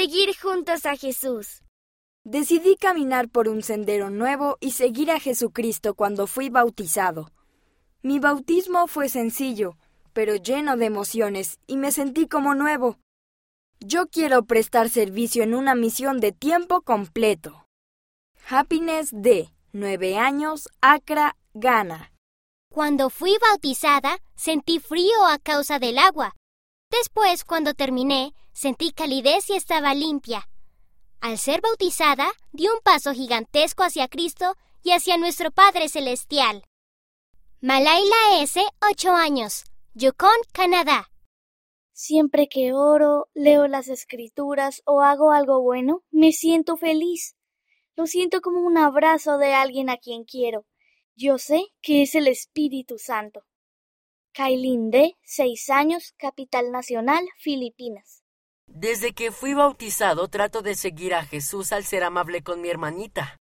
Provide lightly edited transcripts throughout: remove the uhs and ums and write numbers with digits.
Seguir juntos a Jesús. Decidí caminar por un sendero nuevo y seguir a Jesucristo cuando fui bautizado. Mi bautismo fue sencillo, pero lleno de emociones y me sentí como nuevo. Yo quiero prestar servicio en una misión de tiempo completo. Happiness D., 9 años, Accra, Ghana. Cuando fui bautizada, sentí frío a causa del agua. Después, cuando terminé, sentí calidez y estaba limpia. Al ser bautizada, di un paso gigantesco hacia Cristo y hacia nuestro Padre Celestial. Malaila S., 8 años, Yukon, Canadá. Siempre que oro, leo las Escrituras o hago algo bueno, me siento feliz. Lo siento como un abrazo de alguien a quien quiero. Yo sé que es el Espíritu Santo. Kailin D., 6 años, Capital Nacional, Filipinas. Desde que fui bautizado trato de seguir a Jesús al ser amable con mi hermanita.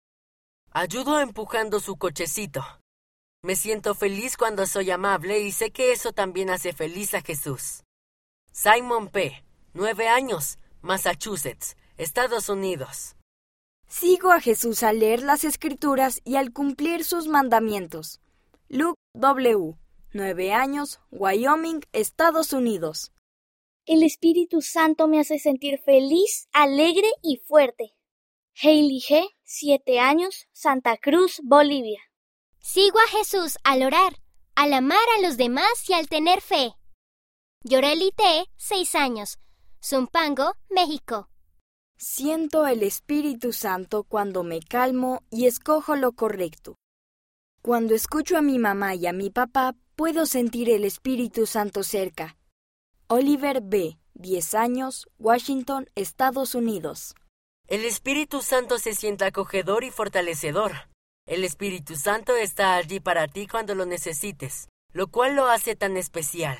Ayudo empujando su cochecito. Me siento feliz cuando soy amable y sé que eso también hace feliz a Jesús. Simon P., 9 años, Massachusetts, Estados Unidos. Sigo a Jesús al leer las Escrituras y al cumplir sus mandamientos. Luke W., 9 años, Wyoming, Estados Unidos. El Espíritu Santo me hace sentir feliz, alegre y fuerte. Hailey G., 7 años, Santa Cruz, Bolivia. Sigo a Jesús al orar, al amar a los demás y al tener fe. Yoreli T., 6 años, Zumpango, México. Siento el Espíritu Santo cuando me calmo y escojo lo correcto. Cuando escucho a mi mamá y a mi papá, puedo sentir el Espíritu Santo cerca. Oliver B., 10 años, Washington, Estados Unidos. El Espíritu Santo se siente acogedor y fortalecedor. El Espíritu Santo está allí para ti cuando lo necesites, lo cual lo hace tan especial.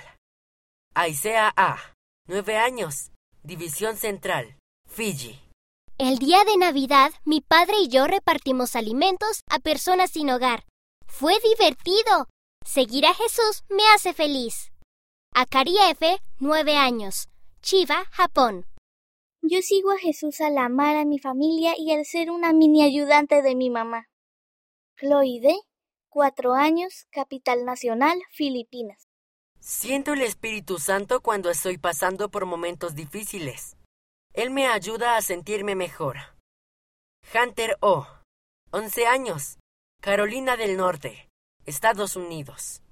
Aisea A., 9 años, División Central, Fiji. El día de Navidad, mi padre y yo repartimos alimentos a personas sin hogar. ¡Fue divertido! Seguir a Jesús me hace feliz. Akari F., 9 años, Chiba, Japón. Yo sigo a Jesús al amar a mi familia y al ser una mini ayudante de mi mamá. Chloe D., 4 años, Capital Nacional, Filipinas. Siento el Espíritu Santo cuando estoy pasando por momentos difíciles. Él me ayuda a sentirme mejor. Hunter O., 11 años, Carolina del Norte, Estados Unidos.